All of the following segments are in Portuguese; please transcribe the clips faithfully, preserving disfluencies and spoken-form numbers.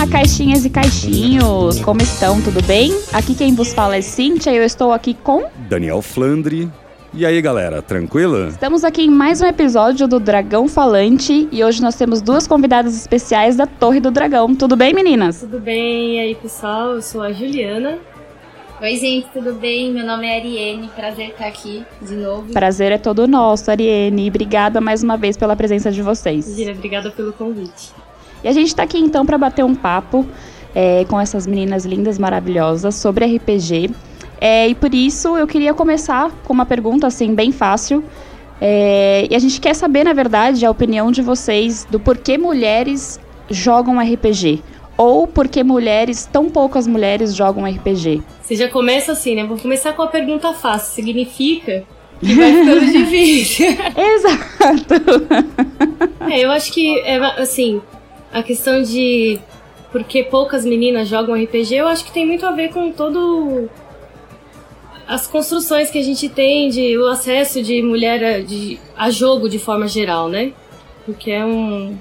caixinhas e caixinhos, como estão? Tudo bem? Aqui quem vos fala é Cíntia e eu estou aqui com... Daniel Flandre. E aí, galera, tranquila? Estamos aqui em mais um episódio do Dragão Falante e hoje nós temos duas convidadas especiais da Torre do Dragão. Tudo bem, meninas? Tudo bem, e aí, pessoal? Eu sou a Juliana. Oi, gente, tudo bem? Meu nome é Ariene, prazer estar aqui de novo. Prazer é todo nosso, Ariene, e obrigada mais uma vez pela presença de vocês. Gira, obrigada pelo convite. E a gente está aqui então para bater um papo é, com essas meninas lindas, maravilhosas, sobre R P G. É, e por isso eu queria começar com uma pergunta assim, bem fácil. É, e a gente quer saber, na verdade, a opinião de vocês do porquê mulheres jogam R P G. Ou porque mulheres, tão poucas mulheres jogam R P G. Você já começa assim, né? Vou começar com a pergunta fácil. Significa que vai ficando difícil. Exato. É, eu acho que, é, assim, a questão de por que poucas meninas jogam R P G, eu acho que tem muito a ver com todo... as construções que a gente tem, de, o acesso de mulher a, de, a jogo de forma geral, né? Porque é um...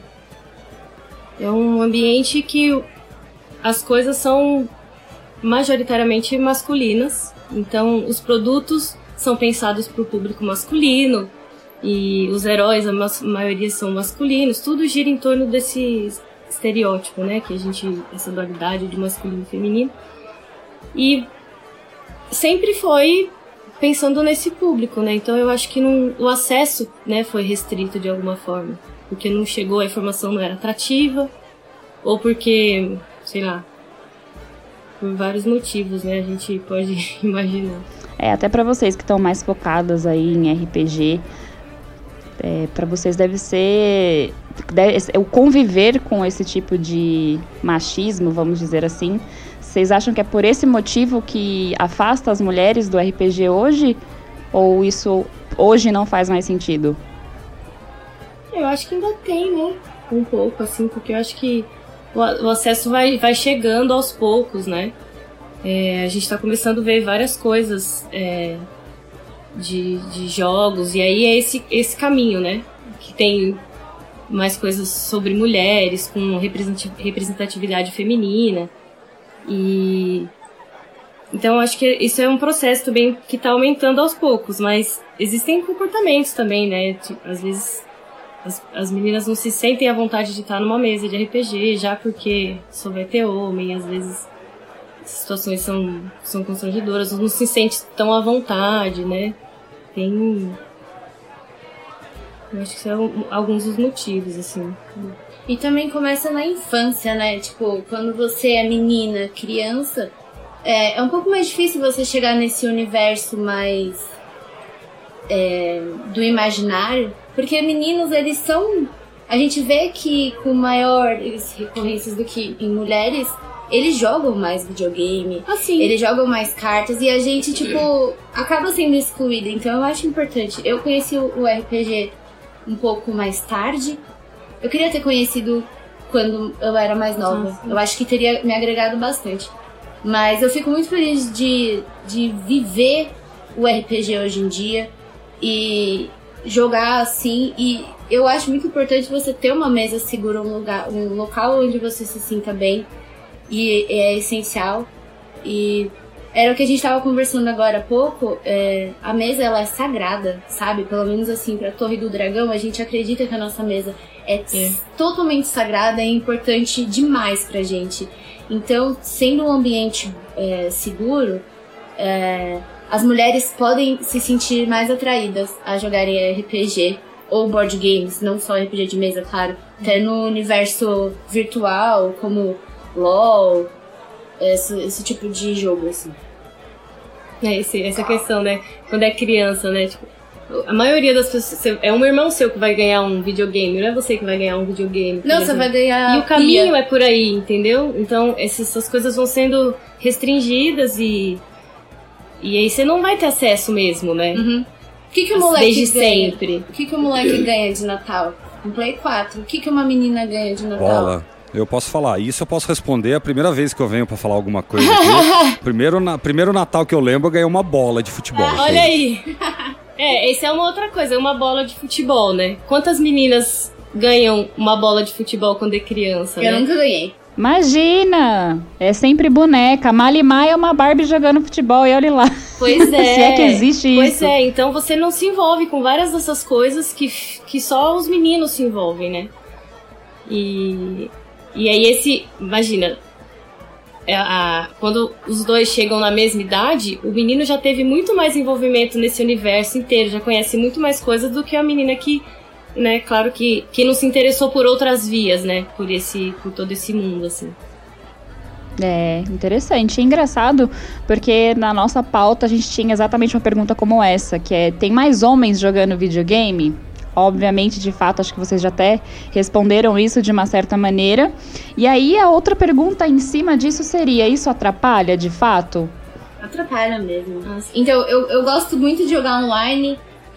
é um ambiente que as coisas são majoritariamente masculinas. Então, os produtos são pensados para o público masculino e os heróis, a ma- maioria são masculinos. Tudo gira em torno desse estereótipo, né? Que a gente... essa dualidade de masculino e feminino. E sempre foi pensando nesse público, né? Então, eu acho que não, o acesso, né, foi restrito de alguma forma. Porque não chegou, a informação não era atrativa. Ou porque, sei lá, por vários motivos, né? A gente pode imaginar. É, até pra vocês que estão mais focadas aí em R P G, é, pra vocês deve ser... Deve, o conviver com esse tipo de machismo, vamos dizer assim, vocês acham que é por esse motivo que afasta as mulheres do R P G hoje? Ou isso hoje não faz mais sentido? Eu acho que ainda tem, né? Um pouco, assim, porque eu acho que o acesso vai, vai chegando aos poucos, né? É, a gente tá começando a ver várias coisas é, de, de jogos, e aí é esse, esse caminho, né? Que tem mais coisas sobre mulheres, com representatividade feminina. E então eu acho que isso é um processo também que tá aumentando aos poucos, mas existem comportamentos também, né? Tipo, às vezes As, as meninas não se sentem à vontade de estar numa mesa de R P G, já porque só vai ter homem, às vezes as situações são, são constrangedoras, não se sente tão à vontade, né? Tem... eu acho que são alguns dos motivos, assim. E também começa na infância, né? Tipo, quando você é menina, criança, é, é um pouco mais difícil você chegar nesse universo mais... É, do imaginário, porque meninos, eles são... a gente vê que com maiores recorrências do que em mulheres, eles jogam mais videogame, assim. Eles jogam mais cartas, e a gente, tipo, acaba sendo excluída. Então eu acho importante. Eu conheci o R P G um pouco mais tarde. Eu queria ter conhecido quando eu era mais nova. Ah, eu acho que teria me agregado bastante. Mas eu fico muito feliz de, de viver o R P G hoje em dia e jogar assim. E eu acho muito importante você ter uma mesa segura, um, lugar, um local onde você se sinta bem, e é essencial. E era o que a gente tava conversando agora há pouco, é, a mesa, ela é sagrada, sabe? Pelo menos assim, pra Torre do Dragão, a gente acredita que a nossa mesa é, é. totalmente sagrada e importante demais pra gente. Então, sendo um ambiente é, seguro, é, as mulheres podem se sentir mais atraídas a jogarem R P G ou board games, não só R P G de mesa, claro, até no universo virtual, como LOL, esse, esse tipo de jogo, assim. É, esse, essa questão, né? Quando é criança, né? Tipo, a maioria das pessoas... é um irmão seu que vai ganhar um videogame, não é você que vai ganhar um videogame. Não, você vai ganhar... E o caminho é por aí, entendeu? Então, essas coisas vão sendo restringidas e... e aí você não vai ter acesso mesmo, né? Uhum. O que, que o moleque Desde ganha? sempre. O que, que o moleque ganha de Natal? Um Play quatro. O que, que uma menina ganha de Natal? Bola. Eu posso falar. Isso eu posso responder. É a primeira vez que eu venho pra falar alguma coisa aqui. primeiro, na, primeiro Natal que eu lembro, eu ganhei uma bola de futebol. Ah, olha aí. É, essa é uma outra coisa. Uma bola de futebol, né? Quantas meninas ganham uma bola de futebol quando é criança, Eu né? nunca ganhei. Imagina! É sempre boneca. Malimar é uma Barbie jogando futebol, e olha lá. Pois é. Se é que existe pois isso. Pois é, então você não se envolve com várias dessas coisas que, que só os meninos se envolvem, né? E, e aí esse... Imagina, é a, quando os dois chegam na mesma idade, o menino já teve muito mais envolvimento nesse universo inteiro, já conhece muito mais coisas do que a menina que... Né, claro que, que não se interessou por outras vias, né, por, esse, por todo esse mundo, assim. É, interessante. E engraçado, porque na nossa pauta a gente tinha exatamente uma pergunta como essa, que é, tem mais homens jogando videogame? Obviamente, de fato, acho que vocês já até responderam isso de uma certa maneira. E aí, a outra pergunta em cima disso seria, isso atrapalha, de fato? Atrapalha mesmo. Então, eu, eu gosto muito de jogar online...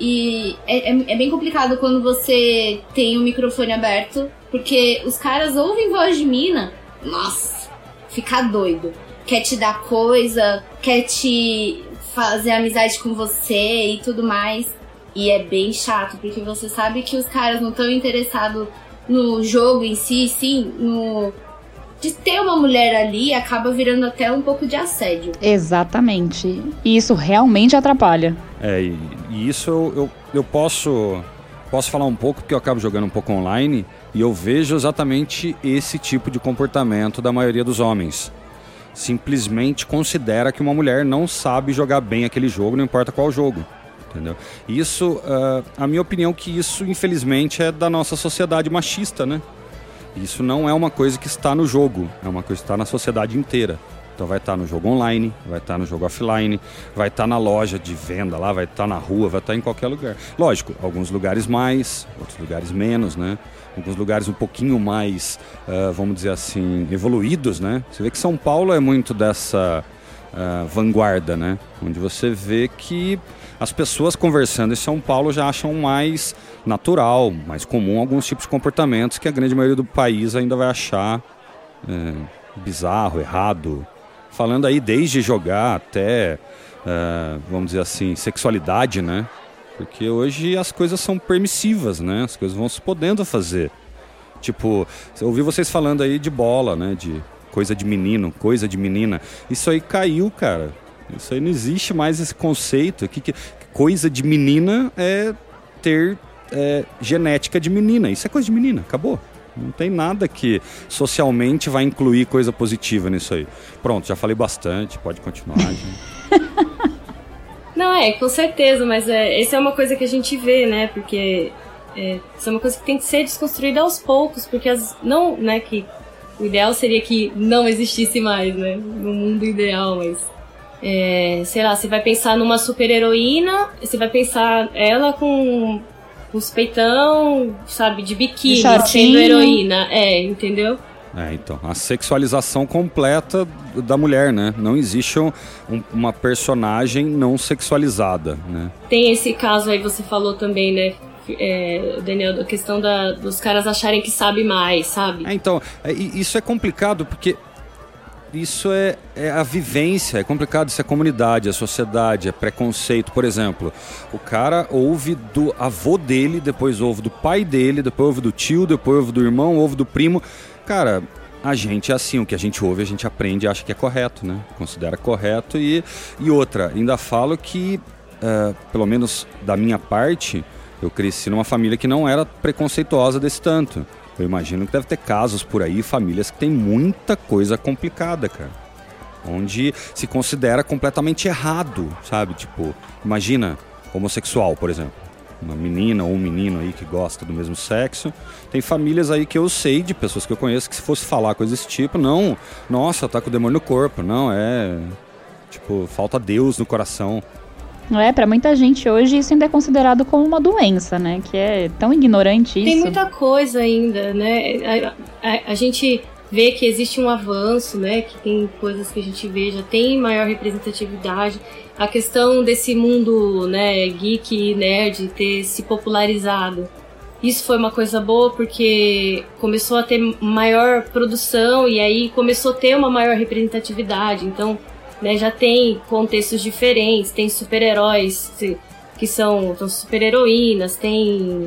E é, é, é bem complicado quando você tem o microfone aberto, porque os caras ouvem voz de mina, nossa, fica doido. Quer te dar coisa, quer te fazer amizade com você e tudo mais. E é bem chato, porque você sabe que os caras não estão interessados no jogo em si, sim, no... de ter uma mulher ali, acaba virando até um pouco de assédio. Exatamente. E isso realmente atrapalha. É, e, e isso eu, eu, eu posso, posso falar um pouco, porque eu acabo jogando um pouco online, e eu vejo exatamente esse tipo de comportamento da maioria dos homens. Simplesmente considera que uma mulher não sabe jogar bem aquele jogo, não importa qual jogo. Entendeu? Isso, uh, a minha opinião é que isso, infelizmente, é da nossa sociedade machista, né? Isso não é uma coisa que está no jogo, é uma coisa que está na sociedade inteira. Então vai estar no jogo online, vai estar no jogo offline, vai estar na loja de venda lá, vai estar na rua, vai estar em qualquer lugar. Lógico, alguns lugares mais, outros lugares menos, né? Alguns lugares um pouquinho mais, uh, vamos dizer assim, evoluídos, né? Você vê que São Paulo é muito dessa uh, vanguarda, né? Onde você vê que as pessoas conversando em São Paulo já acham mais natural, mais comum alguns tipos de comportamentos que a grande maioria do país ainda vai achar é, bizarro, errado. Falando aí desde jogar até, é, vamos dizer assim, sexualidade, né? Porque hoje as coisas são permissivas, né? As coisas vão se podendo fazer. Tipo, eu ouvi vocês falando aí de bola, né? De coisa de menino, coisa de menina. Isso aí caiu, cara. Isso aí não existe mais esse conceito. Que, que, coisa de menina é ter é, genética de menina. Isso é coisa de menina, acabou. Não tem nada que socialmente vai incluir coisa positiva nisso aí. Pronto, já falei bastante, pode continuar. Não, é, com certeza, mas é, essa é uma coisa que a gente vê, né? Porque é, isso é uma coisa que tem que ser desconstruída aos poucos, porque as, não, né, que o ideal seria que não existisse mais, né? No mundo ideal, mas... É, sei lá, você vai pensar numa super-heroína, você vai pensar ela com os peitão, sabe, de biquíni, de sendo heroína, é, entendeu? É, então, a sexualização completa da mulher, né? Não existe um, um, uma personagem não sexualizada, né? Tem esse caso aí, você falou também, né, é, Daniel, da questão da, dos caras acharem que sabe mais, sabe? É, então, é, isso é complicado porque... Isso é, é a vivência, é complicado, isso é comunidade, é sociedade, é preconceito. Por exemplo, o cara ouve do avô dele, depois ouve do pai dele, depois ouve do tio, depois ouve do irmão, ouve do primo. Cara, a gente é assim, o que a gente ouve, a gente aprende e acha que é correto, né? Considera correto e, e outra, ainda falo que, uh, pelo menos da minha parte, eu cresci numa família que não era preconceituosa desse tanto. Eu imagino que deve ter casos por aí, famílias que tem muita coisa complicada, cara. Onde se considera completamente errado, sabe? Tipo, imagina, homossexual, por exemplo. Uma menina ou um menino aí que gosta do mesmo sexo. Tem famílias aí que eu sei, de pessoas que eu conheço, que se fosse falar coisa desse tipo, não, nossa, tá com o demônio no corpo. Não, é, tipo, falta Deus no coração. É, pra muita gente hoje isso ainda é considerado como uma doença, né? Que é tão ignorante isso. Tem muita coisa ainda, né? A, a, a gente vê que existe um avanço, né? Que tem coisas que a gente vê, já tem maior representatividade. A questão desse mundo, né, geek e nerd ter se popularizado. Isso foi uma coisa boa porque começou a ter maior produção e aí começou a ter uma maior representatividade. Então... Né, já tem contextos diferentes, tem super-heróis que são, são super-heroínas, tem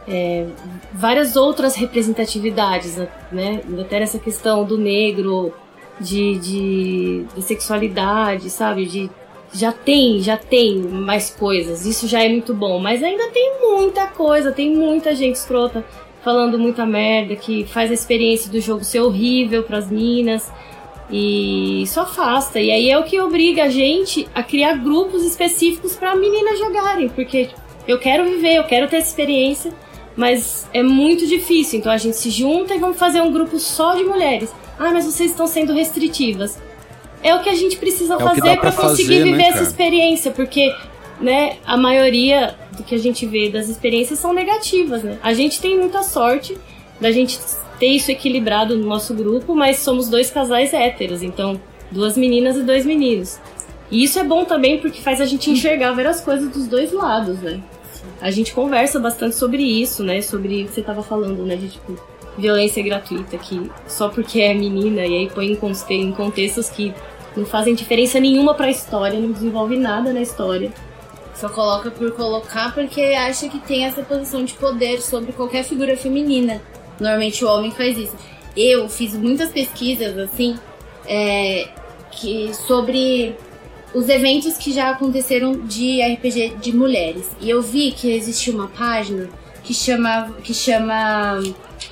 é, várias outras representatividades, né? Até essa questão do negro, de, de, de sexualidade, sabe? De, já tem, já tem mais coisas, isso já é muito bom, mas ainda tem muita coisa, tem muita gente escrota falando muita merda, que faz a experiência do jogo ser horrível pras minas, e isso afasta, e aí é o que obriga a gente a criar grupos específicos pra meninas jogarem, porque eu quero viver, eu quero ter essa experiência, mas é muito difícil, então a gente se junta e vamos fazer um grupo só de mulheres. Ah, mas vocês estão sendo restritivas. É o que a gente precisa é fazer para conseguir fazer, viver né, essa experiência, porque, né, a maioria do que a gente vê das experiências são negativas, né? A gente tem muita sorte da gente ter isso equilibrado no nosso grupo, mas somos dois casais héteros, então duas meninas e dois meninos. E isso é bom também porque faz a gente enxergar várias coisas dos dois lados, né? A gente conversa bastante sobre isso, né? Sobre o que você tava falando, né? De, tipo, violência gratuita, que só porque é menina e aí põe em contextos que não fazem diferença nenhuma pra história, não desenvolve nada na história. Só coloca por colocar porque acha que tem essa posição de poder sobre qualquer figura feminina. Normalmente o homem faz isso. Eu fiz muitas pesquisas, assim, é, que, sobre os eventos que já aconteceram de R P G de mulheres. E eu vi que existia uma página que chama... Que chama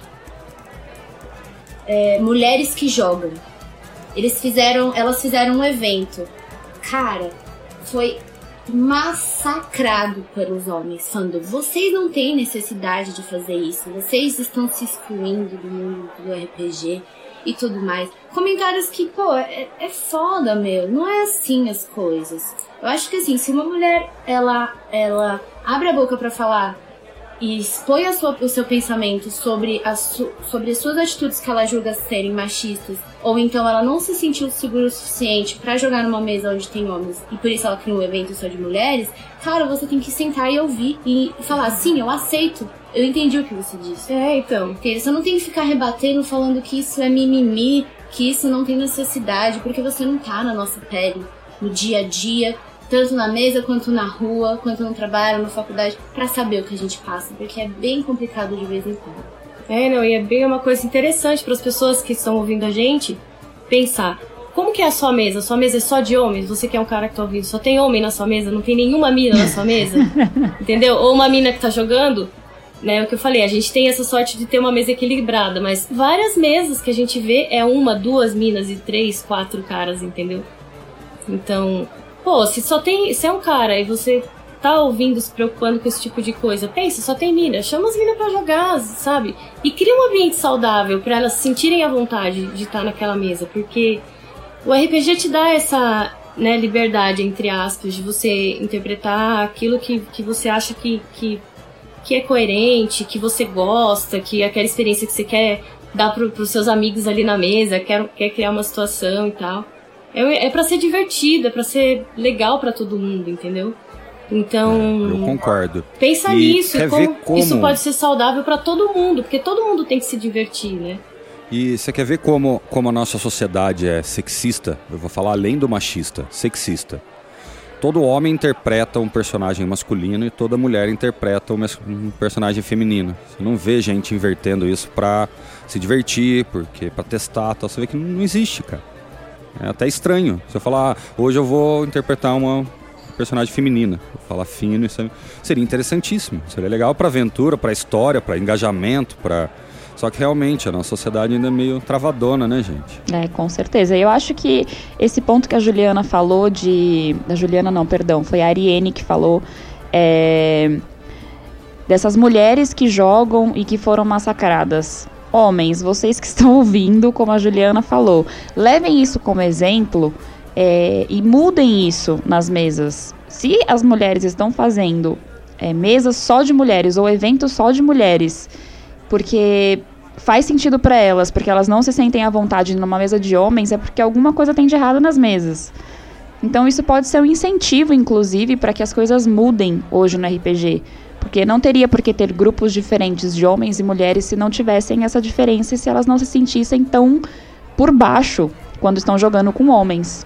é, Mulheres que Jogam. Eles fizeram, elas fizeram um evento. Cara, foi massacrado pelos homens, falando: vocês não têm necessidade de fazer isso, vocês estão se excluindo do mundo do R P G e tudo mais. Comentários que, pô, é, é foda, meu, não é assim as coisas. Eu acho que assim, se uma mulher, ela, ela abre a boca pra falar e expõe a sua, o seu pensamento sobre, a su, sobre as suas atitudes que ela julga serem machistas, ou então ela não se sentiu segura o suficiente pra jogar numa mesa onde tem homens e por isso ela cria um evento só de mulheres, cara, você tem que sentar e ouvir e falar: sim, eu aceito, eu entendi o que você disse. É, então. Você não tem que ficar rebatendo falando que isso é mimimi, que isso não tem necessidade, porque você não tá na nossa pele, no dia a dia, tanto na mesa, quanto na rua, quanto no trabalho, na faculdade, pra saber o que a gente passa, porque é bem complicado de vez em quando. É, não, e é bem uma coisa interessante para as pessoas que estão ouvindo a gente pensar: como que é a sua mesa? A sua mesa é só de homens? Você que é um cara que tá ouvindo, só tem homem na sua mesa? Não tem nenhuma mina na sua mesa? Entendeu? Ou uma mina que tá jogando, né? O que eu falei, a gente tem essa sorte de ter uma mesa equilibrada, mas várias mesas que a gente vê é uma, duas minas e três, quatro caras, entendeu? Então, pô, se só tem, se é um cara e você tá ouvindo, se preocupando com esse tipo de coisa, pensa, só tem mina, chama as minas pra jogar, sabe? E cria um ambiente saudável pra elas se sentirem à vontade de estar naquela mesa, porque o R P G te dá essa, né, liberdade, entre aspas, de você interpretar aquilo que, que você acha que, que, que é coerente, que você gosta, que é aquela experiência que você quer dar pro, pros seus amigos ali na mesa, quer, quer criar uma situação e tal. É, é pra ser divertido, é pra ser legal pra todo mundo, entendeu? Então, é, eu concordo. Pensa e nisso, e como, como isso pode ser saudável pra todo mundo, porque todo mundo tem que se divertir, né? E você quer ver como, como a nossa sociedade é sexista? Eu vou falar além do machista, sexista. Todo homem interpreta um personagem masculino e toda mulher interpreta um personagem feminino. Você não vê gente invertendo isso pra se divertir, porque pra testar, tal. Você vê que não existe, cara. É até estranho. Se eu falar, ah, hoje eu vou interpretar uma personagem feminina, vou falar fino, isso seria interessantíssimo. Seria legal pra aventura, pra história, pra engajamento, pra... Só que realmente a nossa sociedade ainda é meio travadona, né, gente? É, com certeza. Eu acho que esse ponto que a Juliana falou de... A Juliana não, perdão, foi a Ariane que falou é... dessas mulheres que jogam e que foram massacradas. Homens, vocês que estão ouvindo, como a Juliana falou, levem isso como exemplo é, e mudem isso nas mesas. Se as mulheres estão fazendo é, mesas só de mulheres ou eventos só de mulheres, porque faz sentido para elas, porque elas não se sentem à vontade numa mesa de homens, é porque alguma coisa tem de errado nas mesas. Então isso pode ser um incentivo, inclusive, para que as coisas mudem hoje no R P G. Porque não teria por que ter grupos diferentes de homens e mulheres se não tivessem essa diferença e se elas não se sentissem tão por baixo quando estão jogando com homens.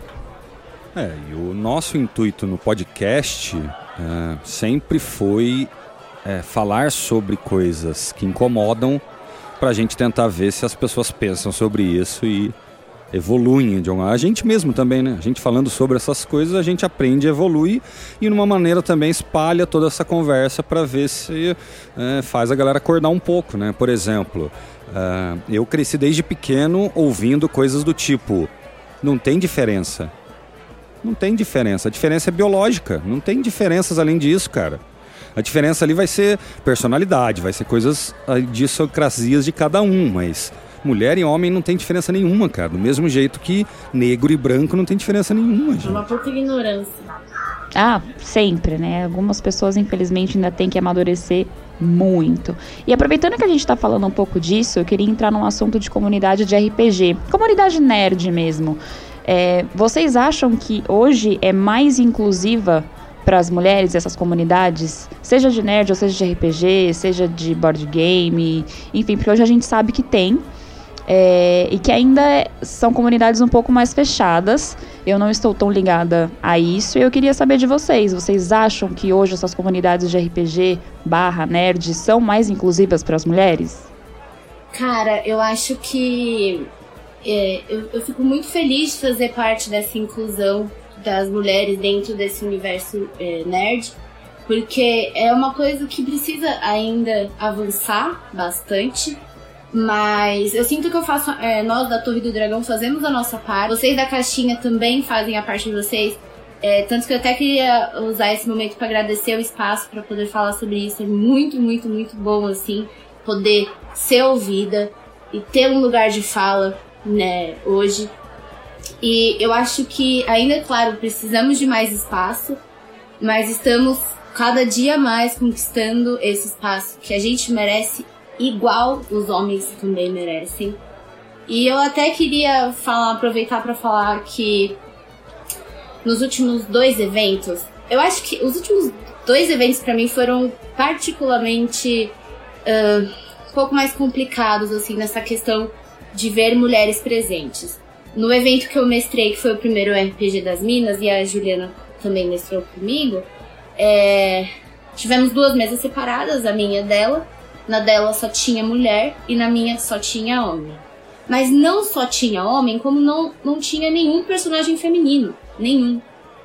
É, e o nosso intuito no podcast é, sempre foi é, falar sobre coisas que incomodam pra gente tentar ver se as pessoas pensam sobre isso e evoluem de uma... A gente mesmo também, né? A gente falando sobre essas coisas, a gente aprende, evolui e, de uma maneira, também espalha toda essa conversa para ver se é, faz a galera acordar um pouco, né? Por exemplo, uh, eu cresci desde pequeno ouvindo coisas do tipo: não tem diferença. Não tem diferença. A diferença é biológica. Não tem diferenças além disso, cara. A diferença ali vai ser personalidade, vai ser coisas, idiosincrasias de cada um, mas... Mulher e homem não tem diferença nenhuma, cara. Do mesmo jeito que negro e branco não tem diferença nenhuma, gente. É uma puta ignorância. Ah, sempre, né? Algumas pessoas, infelizmente, ainda têm que amadurecer muito. E aproveitando que a gente tá falando um pouco disso, eu queria entrar num assunto de comunidade de R P G. Comunidade nerd mesmo. É, vocês acham que hoje é mais inclusiva para as mulheres, essas comunidades, seja de nerd ou seja de R P G, seja de board game, enfim, porque hoje a gente sabe que tem, é, e que ainda são comunidades um pouco mais fechadas. Eu não estou tão ligada a isso e eu queria saber de vocês. Vocês acham que hoje essas comunidades de R P G barra nerd são mais inclusivas para as mulheres? Cara, eu acho que é, eu, eu fico muito feliz de fazer parte dessa inclusão das mulheres dentro desse universo é, nerd, porque é uma coisa que precisa ainda avançar bastante, mas eu sinto que eu faço, é, nós da Torre do Dragão fazemos a nossa parte, vocês da caixinha também fazem a parte de vocês, é, tanto que eu até queria usar esse momento para agradecer o espaço para poder falar sobre isso. É muito, muito, muito bom, assim, poder ser ouvida e ter um lugar de fala, né, hoje. E eu acho que ainda, claro, precisamos de mais espaço, mas estamos cada dia mais conquistando esse espaço que a gente merece, igual os homens também merecem. E eu até queria falar, aproveitar para falar que nos últimos dois eventos, eu acho que os últimos dois eventos para mim foram particularmente uh, um pouco mais complicados, assim, nessa questão de ver mulheres presentes. No evento que eu mestrei, que foi o primeiro R P G das Minas, e a Juliana também mestrou comigo, é... tivemos duas mesas separadas, a minha e dela. Na dela só tinha mulher e na minha só tinha homem. Mas não só tinha homem, como não, não tinha nenhum personagem feminino. Nenhum.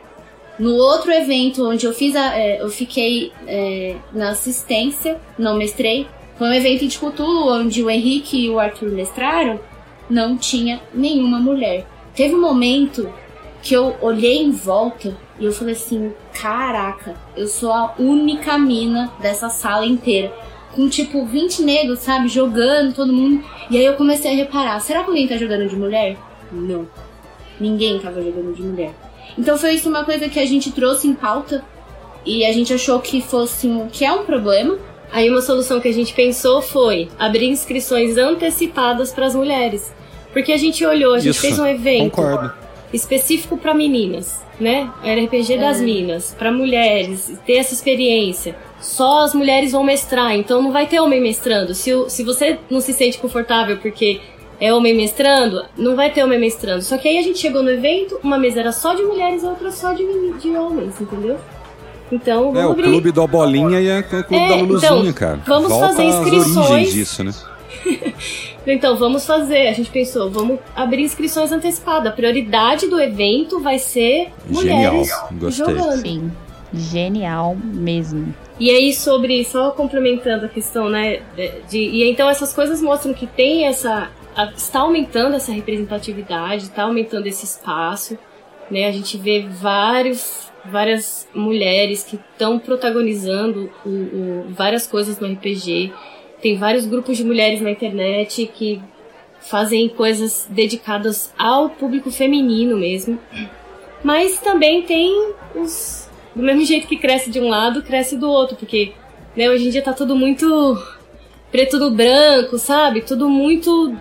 No outro evento, onde eu fiz a, é, eu fiquei é, na assistência, não mestrei, foi um evento de Cthulhu, onde o Henrique e o Arthur mestraram, não tinha nenhuma mulher. Teve um momento que eu olhei em volta e eu falei assim, caraca, eu sou a única mina dessa sala inteira. Com tipo vinte negros, sabe, jogando todo mundo. E aí eu comecei a reparar, será que alguém tá jogando de mulher? Não. Ninguém tava jogando de mulher. Então foi isso uma coisa que a gente trouxe em pauta e a gente achou que fosse um, que é um problema. Aí uma solução que a gente pensou foi abrir inscrições antecipadas para as mulheres. Porque a gente olhou, a gente Isso, fez um evento concordo. específico para meninas, né? R P G das é. Minas, para mulheres, ter essa experiência. Só as mulheres vão mestrar, então não vai ter homem mestrando. Se, se você não se sente confortável porque é homem mestrando, não vai ter homem mestrando. Só que aí a gente chegou no evento, uma mesa era só de mulheres e a outra só de, de homens, entendeu? Então, vamos É, o abrir. clube do Bolinha e o clube É, da Luluzinha, então, cara. vamos Volta fazer às inscrições. origens disso, né? Então, vamos fazer. A gente pensou, vamos abrir inscrições antecipadas. A prioridade do evento vai ser mulheres Genial, gostei. jogando. Sim, genial mesmo. E aí, sobre, só complementando a questão, né, de, e então essas coisas mostram que tem essa, a, está aumentando essa representatividade, está aumentando esse espaço, né, a gente vê vários, várias mulheres que estão protagonizando o, o, várias coisas no R P G, tem vários grupos de mulheres na internet que fazem coisas dedicadas ao público feminino mesmo, mas também tem os... Do mesmo jeito que cresce de um lado, cresce do outro, porque, né, hoje em dia tá tudo muito preto no branco, sabe? Tudo muito...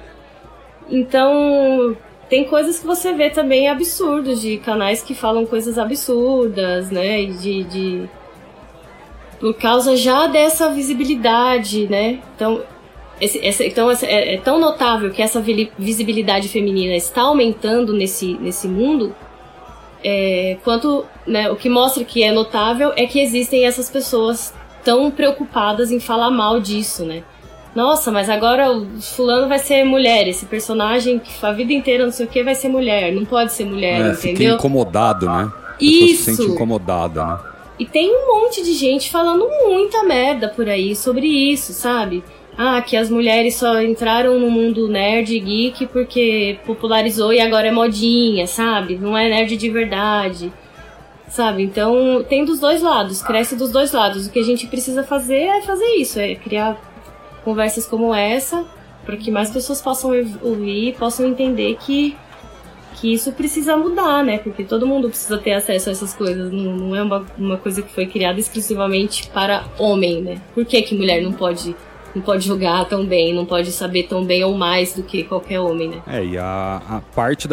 Então, tem coisas que você vê também absurdos, de canais que falam coisas absurdas, né? De, de... Por causa já dessa visibilidade, né? Então, esse, essa, então essa, é, é tão notável que essa visibilidade feminina está aumentando nesse, nesse mundo... É, quanto, né, o que mostra que é notável é que existem essas pessoas tão preocupadas em falar mal disso, né? Nossa, mas agora o fulano vai ser mulher, esse personagem que a vida inteira não sei o que vai ser mulher, não pode ser mulher, é, entendeu? Fica incomodado, né? Isso. Se sente incomodada, né? E tem um monte de gente falando muita merda por aí sobre isso, sabe? Ah, que as mulheres só entraram no mundo nerd e geek porque popularizou e agora é modinha, sabe? Não é nerd de verdade, sabe? Então tem dos dois lados, cresce dos dois lados. O que a gente precisa fazer é fazer isso, é criar conversas como essa, para que mais pessoas possam ouvir, possam entender que, que isso precisa mudar, né? Porque todo mundo precisa ter acesso a essas coisas. Não, não é uma, uma coisa que foi criada exclusivamente para homem, né? Por que que mulher não pode, não pode jogar tão bem, não pode saber tão bem ou mais do que qualquer homem, né? É, e a, a parte da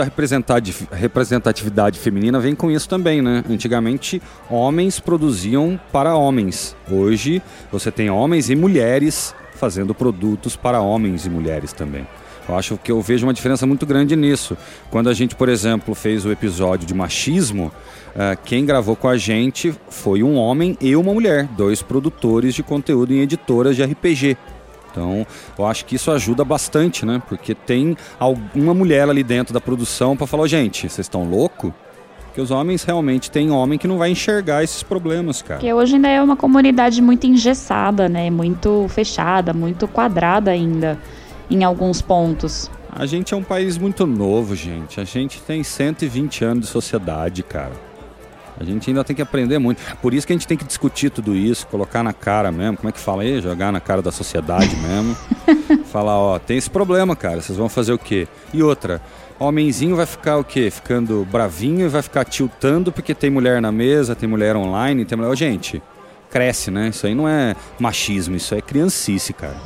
representatividade feminina vem com isso também, né? Antigamente, homens produziam para homens. Hoje, você tem homens e mulheres fazendo produtos para homens e mulheres também. Eu acho que eu vejo uma diferença muito grande nisso. Quando a gente, por exemplo, fez o episódio de machismo, uh, quem gravou com a gente foi um homem e uma mulher, dois produtores de conteúdo em editoras de R P G. Então, eu acho que isso ajuda bastante, né? Porque tem alguma mulher ali dentro da produção para falar, gente, vocês estão loucos? Porque os homens realmente tem homem que não vai enxergar esses problemas, cara. Porque hoje ainda é uma comunidade muito engessada, né? Muito fechada, muito quadrada ainda, em alguns pontos. A gente é um país muito novo, gente. A gente tem cento e vinte anos de sociedade, cara. A gente ainda tem que aprender muito. Por isso que a gente tem que discutir tudo isso, colocar na cara mesmo. Como é que fala aí? Jogar na cara da sociedade mesmo. Falar, ó, tem esse problema, cara. Vocês vão fazer o quê? E outra... Homenzinho vai ficar o quê? Ficando bravinho e vai ficar tiltando porque tem mulher na mesa, tem mulher online, tem mulher... Oh, gente, cresce, né? Isso aí não é machismo, isso é criancice, cara.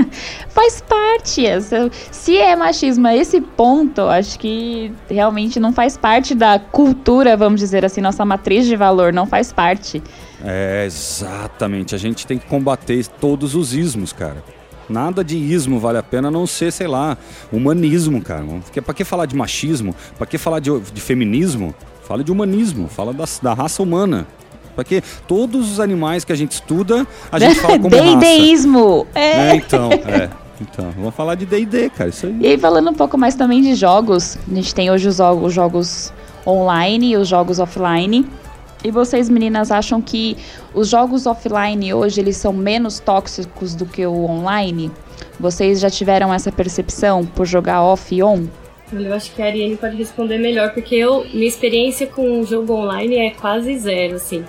Faz parte. Se é machismo a esse ponto, acho que realmente não faz parte da cultura, vamos dizer assim, nossa matriz de valor, não faz parte. É, exatamente. A gente tem que combater todos os ismos, cara. Nada de ismo vale a pena a não ser, sei lá, humanismo, cara. Porque pra que falar de machismo? Pra que falar de, de feminismo? Fala de humanismo, fala da, da raça humana. Porque todos os animais que a gente estuda, a gente fala como raça. Deísmo! É. é, então, é. Então, vamos falar de D e D, cara, isso aí. E aí, falando um pouco mais também de jogos, a gente tem hoje os, os jogos online e os jogos offline. E vocês, meninas, acham que os jogos offline hoje, eles são menos tóxicos do que o online? Vocês já tiveram essa percepção por jogar off e on? Eu acho que a Ariane pode responder melhor, porque eu, minha experiência com o jogo online é quase zero, assim.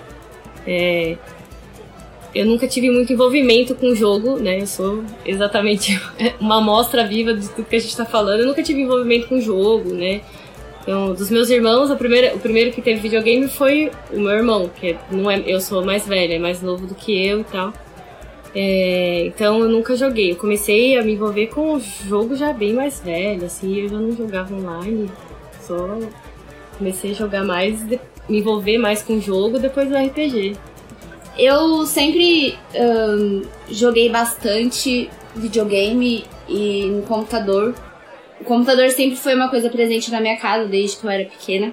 É, eu nunca tive muito envolvimento com o jogo, né? Eu sou exatamente uma amostra viva de tudo que a gente tá falando. Eu nunca tive envolvimento com o jogo, né? Então, dos meus irmãos, a primeira, o primeiro que teve videogame foi o meu irmão, que não é, eu sou mais velha, é mais novo do que eu e tal. É, então eu nunca joguei. Eu comecei a me envolver com o jogo já bem mais velho, assim, eu já não jogava online, só comecei a jogar mais, me envolver mais com o jogo depois do R P G. Eu sempre um, joguei bastante videogame e no computador. O computador sempre foi uma coisa presente na minha casa desde que eu era pequena.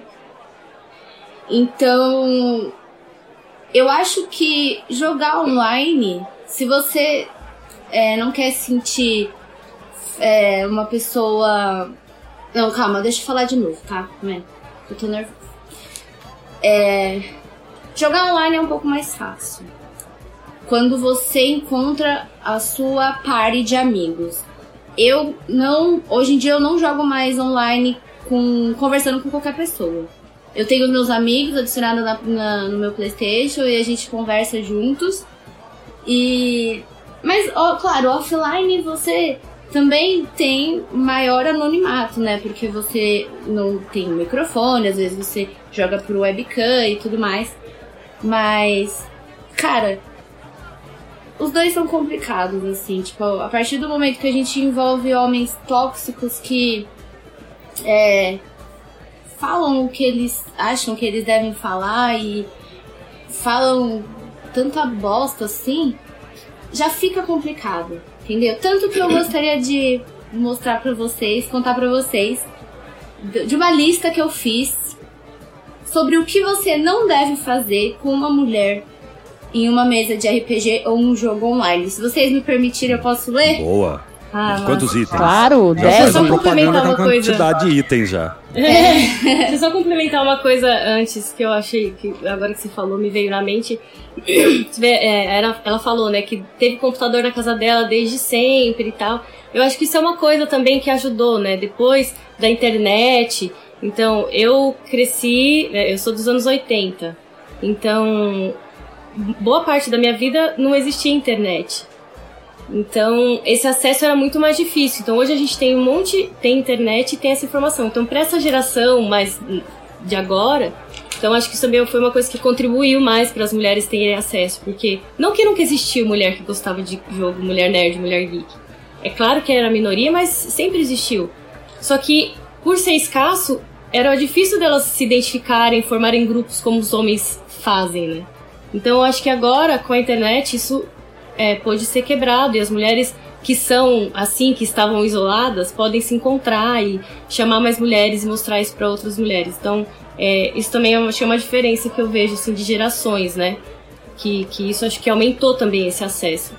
Então, eu acho que jogar online, se você é, não quer sentir é, uma pessoa... Não, calma, deixa eu falar de novo, tá? Eu tô nervosa. É... Jogar online é um pouco mais fácil. Quando você encontra a sua party de amigos. Eu não... Hoje em dia eu não jogo mais online com, conversando com qualquer pessoa. Eu tenho os meus amigos adicionados na, na, no meu PlayStation e a gente conversa juntos. E... Mas, ó, claro, offline você também tem maior anonimato, né? Porque você não tem um microfone, às vezes você joga por webcam e tudo mais. Mas, cara... Os dois são complicados, assim, tipo, a partir do momento que a gente envolve homens tóxicos que é, falam o que eles acham que eles devem falar e falam tanta bosta assim, já fica complicado, entendeu? Tanto que eu gostaria de mostrar pra vocês, contar pra vocês de uma lista que eu fiz sobre o que você não deve fazer com uma mulher em uma mesa de R P G ou um jogo online. Se vocês me permitirem, eu posso ler? Boa. Ah, Quantos itens? Claro, já deve. faz a Só propaganda complementar com a uma coisa. quantidade de itens já. É. Deixa eu só complementar uma coisa antes que eu achei que agora que você falou me veio na mente. É, ela, ela falou, né, que teve computador na casa dela desde sempre e tal. Eu acho que isso é uma coisa também que ajudou, né? Depois da internet. Então, eu cresci, eu sou dos anos oitenta. Então, boa parte da minha vida não existia internet. Então, esse acesso era muito mais difícil. Então, hoje a gente tem um monte, tem internet e tem essa informação. Então, para essa geração mais de agora, então acho que isso também foi uma coisa que contribuiu mais para as mulheres terem acesso. Porque, não que nunca existiu mulher que gostava de jogo, mulher nerd, mulher geek. É claro que era a minoria, mas sempre existiu. Só que, por ser escasso, era difícil delas se identificarem, formarem grupos como os homens fazem, né? Então, eu acho que agora, com a internet, isso... É, pode ser quebrado, e as mulheres que são assim, que estavam isoladas, podem se encontrar e chamar mais mulheres e mostrar isso para outras mulheres. Então, é, isso também é uma, acho que é uma diferença que eu vejo assim, de gerações, né? Que, que isso acho que aumentou também esse acesso.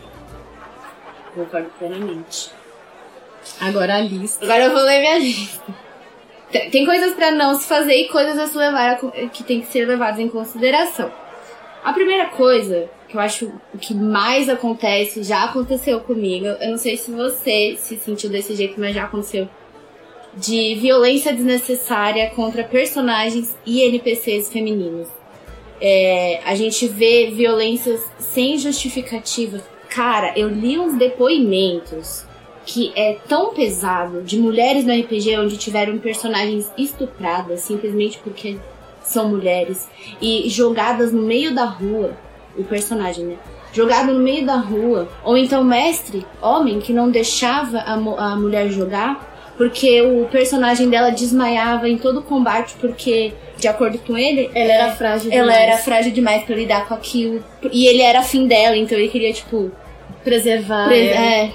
Concordo plenamente. Agora a lista. Agora eu vou ler minha lista. Tem, tem coisas pra não se fazer e coisas a se levar a, que tem que ser levadas em consideração. A primeira coisa que eu acho o que mais acontece, já aconteceu comigo, eu não sei se você se sentiu desse jeito, mas já aconteceu, de violência desnecessária contra personagens e N P Cs femininos. É, a gente vê violências sem justificativa. Cara, eu li uns depoimentos que é tão pesado de mulheres no R P G onde tiveram personagens estupradas simplesmente porque são mulheres e jogadas no meio da rua. O personagem, né? Jogado no meio da rua. Ou então mestre, homem, que não deixava a, mo- a mulher jogar porque o personagem dela desmaiava em todo o combate porque, de acordo com ele, Ela era frágil ela demais. era frágil demais pra lidar com aquilo. E ele era afim dela, então ele queria, tipo... Preservar. Pre- ela. é,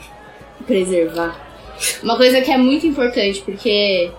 preservar. Uma coisa que é muito importante, porque...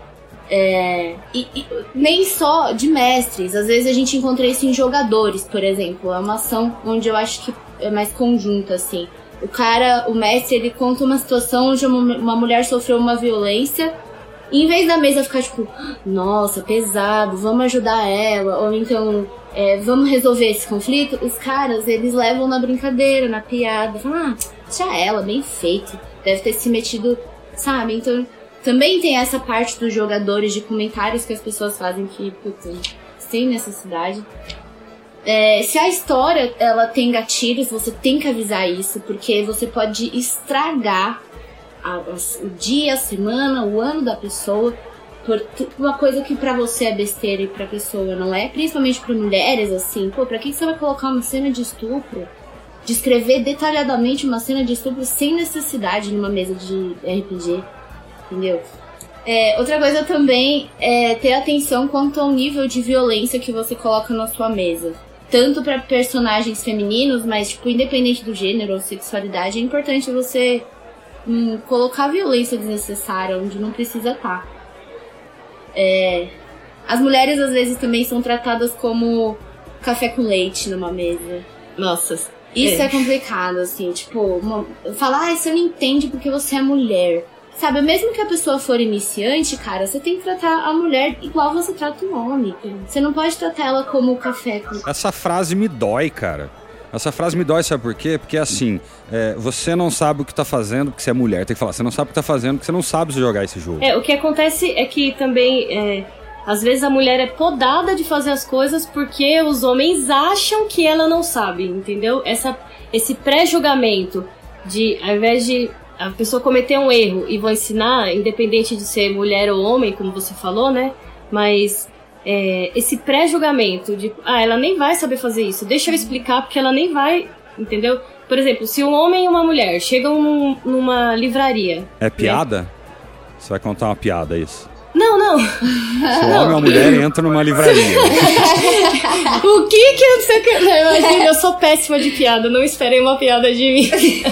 É, e, e nem só de mestres, às vezes a gente encontra isso em jogadores, por exemplo. É uma ação onde eu acho que é mais conjunta, assim. O cara, o mestre, ele conta uma situação onde uma, uma mulher sofreu uma violência, e em vez da mesa ficar tipo, nossa, pesado, vamos ajudar ela, ou então é, vamos resolver esse conflito, os caras, eles levam na brincadeira, na piada, falam, ah, deixa ela, bem feito, deve ter se metido, sabe? Então também tem essa parte dos jogadores, de comentários que as pessoas fazem que, putz, sem necessidade. É, se a história ela tem gatilhos, você tem que avisar isso, porque você pode estragar a, a, o dia, a semana, o ano da pessoa por t- uma coisa que pra você é besteira e pra pessoa não é. Principalmente pra mulheres, assim, pô, pra que você vai colocar uma cena de estupro? Descrever detalhadamente uma cena de estupro sem necessidade numa mesa de R P G. Entendeu? É, outra coisa também é ter atenção quanto ao nível de violência que você coloca na sua mesa. Tanto para personagens femininos, mas tipo, independente do gênero ou sexualidade, é importante você hum, colocar violência desnecessária onde não precisa estar. É, as mulheres às vezes também são tratadas como café com leite numa mesa. Nossa. Isso é, é complicado, assim, tipo, uma, falar, ah, você não entende porque você é mulher. Sabe, mesmo que a pessoa for iniciante, cara, você tem que tratar a mulher igual você trata um homem. Você não pode tratar ela como café. Com... Essa frase me dói, cara. Essa frase me dói, sabe por quê? Porque assim, é, você não sabe o que tá fazendo porque você é mulher. Tem que falar, você não sabe o que tá fazendo porque você não sabe jogar esse jogo. É, o que acontece é que também, é, às vezes a mulher é podada de fazer as coisas porque os homens acham que ela não sabe, entendeu? Essa, esse pré-julgamento de, ao invés de a pessoa cometer um erro e vou ensinar, independente de ser mulher ou homem, como você falou, né? Mas é, esse pré-julgamento de, ah, ela nem vai saber fazer isso, deixa eu explicar porque ela nem vai, entendeu? Por exemplo, se um homem e uma mulher chegam num, numa livraria... É piada? Né? Você vai contar uma piada, é isso? Não, não. Se um homem ou uma mulher entra numa livraria. O que que você quer? Não, imagina, eu sou péssima de piada, não esperem uma piada de mim.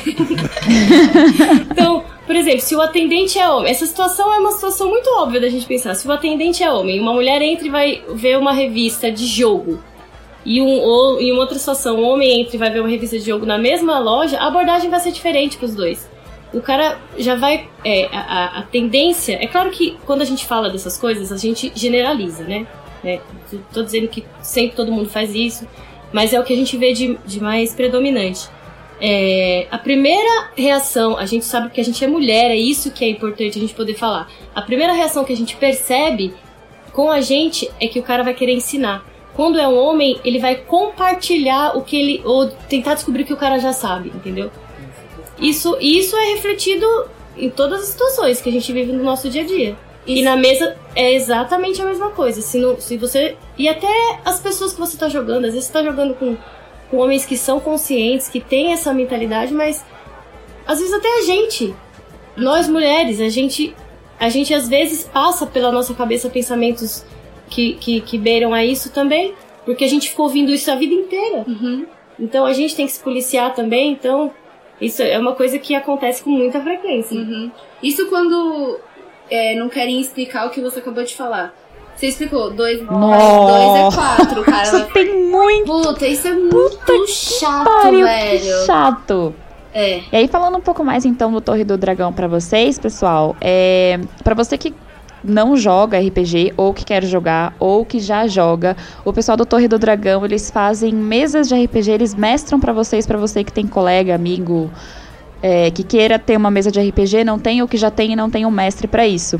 Então, por exemplo, se o atendente é homem, essa situação é uma situação muito óbvia da gente pensar. Se o atendente é homem, uma mulher entra e vai ver uma revista de jogo. e, um, ou, em uma outra situação, um homem entra e vai ver uma revista de jogo na mesma loja, a abordagem vai ser diferente pros dois. O cara já vai... É, a, a tendência... É claro que quando a gente fala dessas coisas, a gente generaliza, né? É, tô dizendo que sempre todo mundo faz isso, mas é o que a gente vê de, de mais predominante. É, a primeira reação, a gente sabe que a gente é mulher, é isso que é importante a gente poder falar. A primeira reação que a gente percebe com a gente é que o cara vai querer ensinar. Quando é um homem, ele vai compartilhar o que ele... ou tentar descobrir o que o cara já sabe, entendeu? Isso, isso é refletido em todas as situações que a gente vive no nosso dia a dia. Isso. E na mesa é exatamente a mesma coisa. Se, não, se você... E até as pessoas que você tá jogando, às vezes você tá jogando com... com homens que são conscientes, que têm essa mentalidade, mas às vezes até a gente, nós mulheres, a gente, a gente às vezes passa pela nossa cabeça pensamentos que, que, que beiram a isso também, porque a gente ficou ouvindo isso a vida inteira. Uhum. Então a gente tem que se policiar também, então isso é uma coisa que acontece com muita frequência. Uhum. Isso quando é, não querem explicar o que você acabou de falar. Você explicou, dois, dois é quatro, cara. Isso tem muito. Puta, isso é muito Puta chato, pariu, velho. Que chato. É. E aí, falando um pouco mais então do Torre do Dragão pra vocês, pessoal, é, pra você que não joga R P G, ou que quer jogar, ou que já joga, o pessoal do Torre do Dragão, eles fazem mesas de R P G, eles mestram pra vocês, pra você que tem colega, amigo, é, que queira ter uma mesa de R P G, não tem, ou que já tem e não tem um mestre pra isso.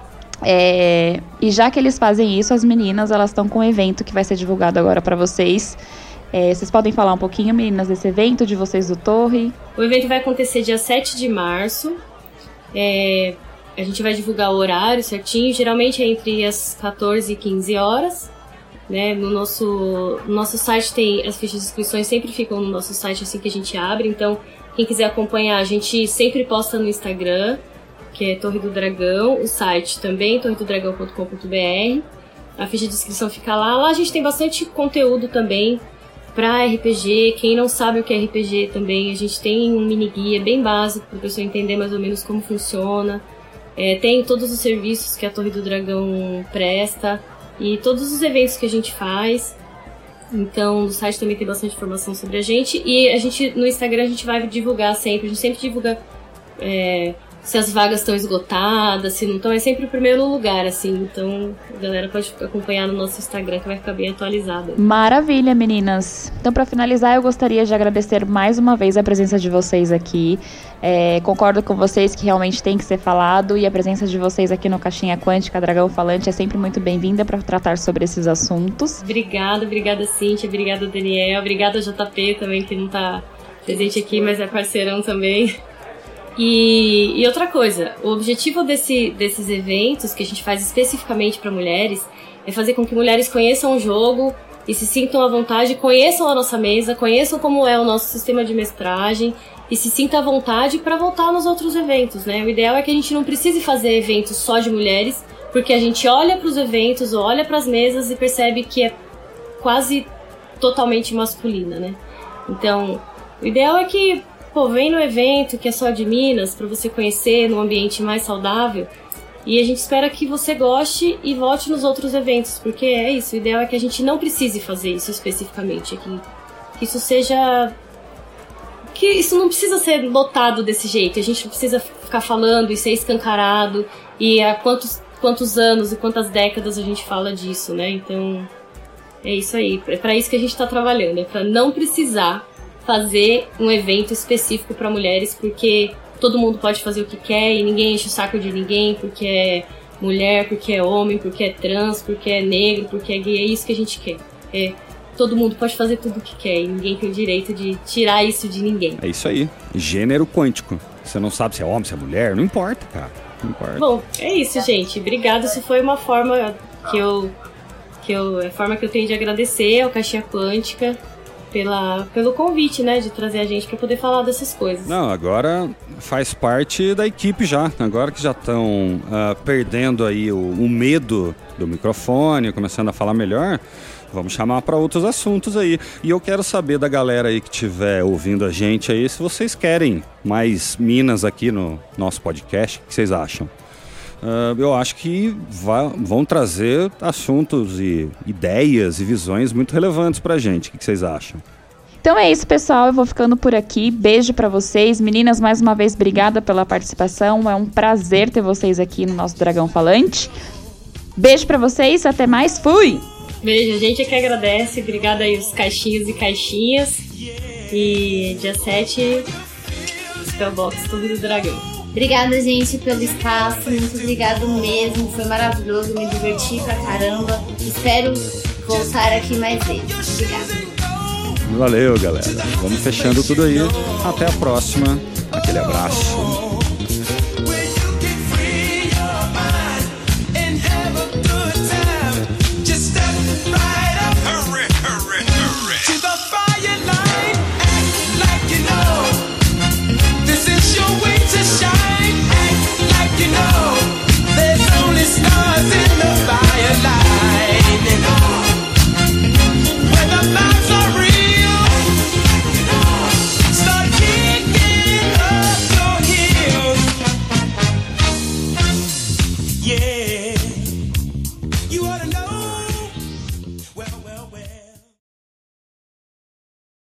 É, e já que eles fazem isso, as meninas, elas estão com um evento que vai ser divulgado agora pra vocês. É, vocês podem falar um pouquinho, meninas, desse evento de vocês do Torre? O evento vai acontecer dia sete de março. É, a gente vai divulgar o horário certinho. Geralmente é entre as quatorze e quinze horas. Né? No, nosso, no nosso site tem... As fichas de inscrições sempre ficam no nosso site assim que a gente abre. Então, quem quiser acompanhar, a gente sempre posta no Instagram, que é Torre do Dragão, o site também, torre do dragão ponto com ponto b r. A ficha de inscrição fica lá. Lá a gente tem bastante conteúdo também para R P G. Quem não sabe o que é R P G também, a gente tem um mini guia bem básico para a pessoa entender mais ou menos como funciona. É, tem todos os serviços que a Torre do Dragão presta e todos os eventos que a gente faz. Então, no site também tem bastante informação sobre a gente. E a gente, no Instagram, a gente vai divulgar sempre. A gente sempre divulga... É, se as vagas estão esgotadas, se não estão, é sempre o primeiro lugar, assim. Então, a galera pode acompanhar no nosso Instagram, que vai ficar bem atualizado. Maravilha, meninas. Então, para finalizar, eu gostaria de agradecer mais uma vez a presença de vocês aqui. É, concordo com vocês que realmente tem que ser falado, e a presença de vocês aqui no Caixinha Quântica Dragão Falante é sempre muito bem-vinda para tratar sobre esses assuntos. Obrigada, obrigada, Cíntia, obrigada, Daniel, obrigada, J P, também, que não está presente aqui, mas é parceirão também. E, e outra coisa, o objetivo desse, desses eventos que a gente faz especificamente para mulheres é fazer com que mulheres conheçam o jogo e se sintam à vontade, conheçam a nossa mesa, conheçam como é o nosso sistema de mestragem e se sintam à vontade para voltar nos outros eventos, né? O ideal é que a gente não precise fazer eventos só de mulheres, porque a gente olha para os eventos, olha para as mesas e percebe que é quase totalmente masculina, né? Então, o ideal é que pô, vem no evento que é só de Minas, pra você conhecer num ambiente mais saudável. E a gente espera que você goste e volte nos outros eventos, porque é isso, o ideal é que a gente não precise fazer isso especificamente aqui. Que isso seja... Que isso não precisa ser lotado desse jeito, a gente não precisa ficar falando e ser escancarado. E há quantos, quantos anos e quantas décadas a gente fala disso, né? Então, é isso aí. É pra isso que a gente tá trabalhando, é pra não precisar fazer um evento específico para mulheres, porque todo mundo pode fazer o que quer e ninguém enche o saco de ninguém, porque é mulher, porque é homem, porque é trans, porque é negro, porque é gay. É isso que a gente quer. É, todo mundo pode fazer tudo o que quer e ninguém tem o direito de tirar isso de ninguém. É isso aí. Gênero quântico. Você não sabe se é homem, se é mulher, não importa, cara. Não importa. Bom, é isso, gente. Obrigada. Isso foi uma forma que eu... que eu, é a forma que eu tenho de agradecer ao Caixinha Quântica Pela, pelo convite, né, de trazer a gente para poder falar dessas coisas. Não, agora faz parte da equipe já. Agora que já estão uh, perdendo aí o, o medo do microfone, começando a falar melhor, vamos chamar para outros assuntos aí. E eu quero saber da galera aí que estiver ouvindo a gente aí, se vocês querem mais minas aqui no nosso podcast, o que vocês acham? uh, eu acho que vai, vão trazer assuntos e ideias e visões muito relevantes pra gente. O que, que vocês acham? Então é isso, pessoal. Eu vou ficando por aqui. Beijo pra vocês. Meninas, mais uma vez, obrigada pela participação. É um prazer ter vocês aqui no nosso Dragão Falante. Beijo pra vocês. Até mais. Fui! Beijo. A gente é que agradece. Obrigada aí os caixinhos e caixinhas. E dia sete, Spellbox, tudo do Dragão. Obrigada, gente, pelo espaço. Muito obrigado mesmo. Foi maravilhoso. Me diverti pra caramba. Espero voltar aqui mais vezes. Obrigada. Valeu, galera. Vamos fechando tudo aí. Até a próxima. Aquele abraço. You ought to know.